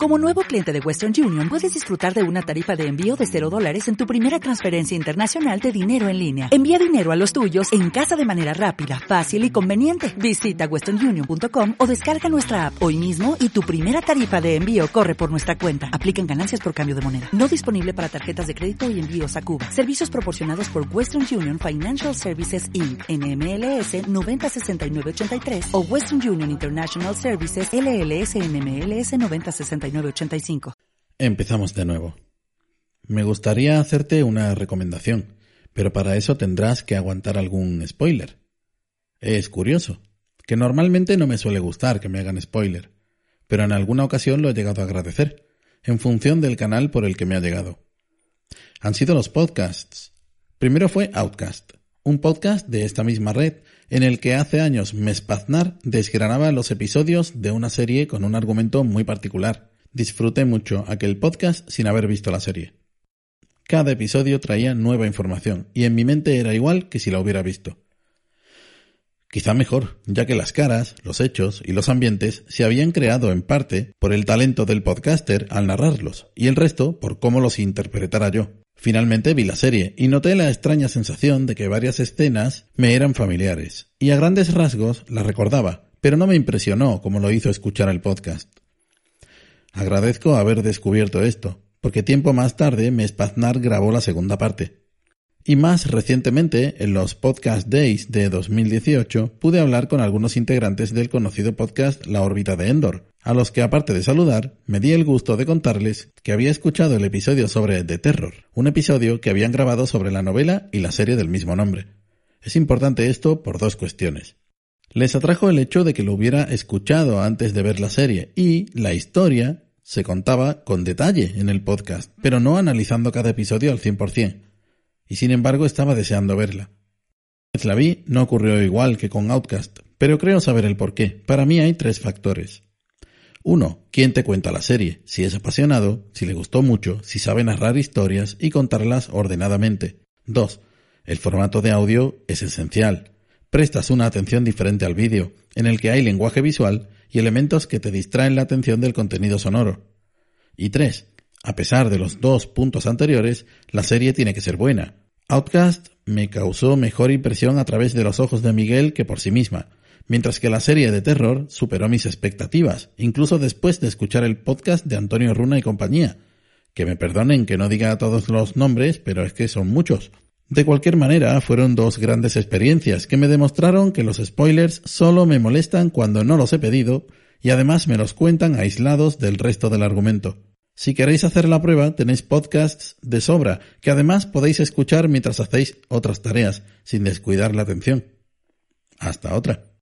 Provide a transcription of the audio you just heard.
Como nuevo cliente de Western Union, puedes disfrutar de una tarifa de envío de $0 en tu primera transferencia internacional de dinero en línea. Envía dinero a los tuyos en casa de manera rápida, fácil y conveniente. Visita westernunion.com o descarga nuestra app hoy mismo y tu primera tarifa de envío corre por nuestra cuenta. Aplican ganancias por cambio de moneda. No disponible para tarjetas de crédito y envíos a Cuba. Servicios proporcionados por Western Union Financial Services Inc. NMLS 906983 o Western Union International Services LLS NMLS 906985. Empezamos de nuevo. Me gustaría hacerte una recomendación, pero para eso tendrás que aguantar algún spoiler. Es curioso, que normalmente no me suele gustar que me hagan spoiler, pero en alguna ocasión lo he llegado a agradecer, en función del canal por el que me ha llegado. Han sido los podcasts. Primero fue Outcast, un podcast de esta misma red, en el que hace años Mespaznar desgranaba los episodios de una serie con un argumento muy particular. Disfruté mucho aquel podcast sin haber visto la serie. Cada episodio traía nueva información y en mi mente era igual que si la hubiera visto. Quizá mejor, ya que las caras, los hechos y los ambientes se habían creado en parte por el talento del podcaster al narrarlos y el resto por cómo los interpretara yo. Finalmente vi la serie y noté la extraña sensación de que varias escenas me eran familiares y a grandes rasgos las recordaba, pero no me impresionó como lo hizo escuchar el podcast. Agradezco haber descubierto esto, porque tiempo más tarde Mespaznar grabó la segunda parte. Y más recientemente, en los Podcast Days de 2018, pude hablar con algunos integrantes del conocido podcast La órbita de Endor, a los que aparte de saludar, me di el gusto de contarles que había escuchado el episodio sobre The Terror, un episodio que habían grabado sobre la novela y la serie del mismo nombre. Es importante esto por dos cuestiones. Les atrajo el hecho de que lo hubiera escuchado antes de ver la serie y la historia se contaba con detalle en el podcast, pero no analizando cada episodio al 100%. Y sin embargo estaba deseando verla. Cuando la vi no ocurrió igual que con Outcast, pero creo saber el porqué. Para mí hay 3 factores. 1. ¿Quién te cuenta la serie? Si es apasionado, si le gustó mucho, si sabe narrar historias y contarlas ordenadamente. 2. El formato de audio es esencial. Prestas una atención diferente al vídeo, en el que hay lenguaje visual y elementos que te distraen la atención del contenido sonoro. Y 3. A pesar de los 2 puntos anteriores, la serie tiene que ser buena. Outcast me causó mejor impresión a través de los ojos de Miguel que por sí misma, mientras que la serie de terror superó mis expectativas, incluso después de escuchar el podcast de Antonio Runa y compañía. Que me perdonen que no diga todos los nombres, pero es que son muchos. De cualquier manera, fueron 2 grandes experiencias que me demostraron que los spoilers solo me molestan cuando no los he pedido y además me los cuentan aislados del resto del argumento. Si queréis hacer la prueba, tenéis podcasts de sobra que además podéis escuchar mientras hacéis otras tareas sin descuidar la atención. Hasta otra.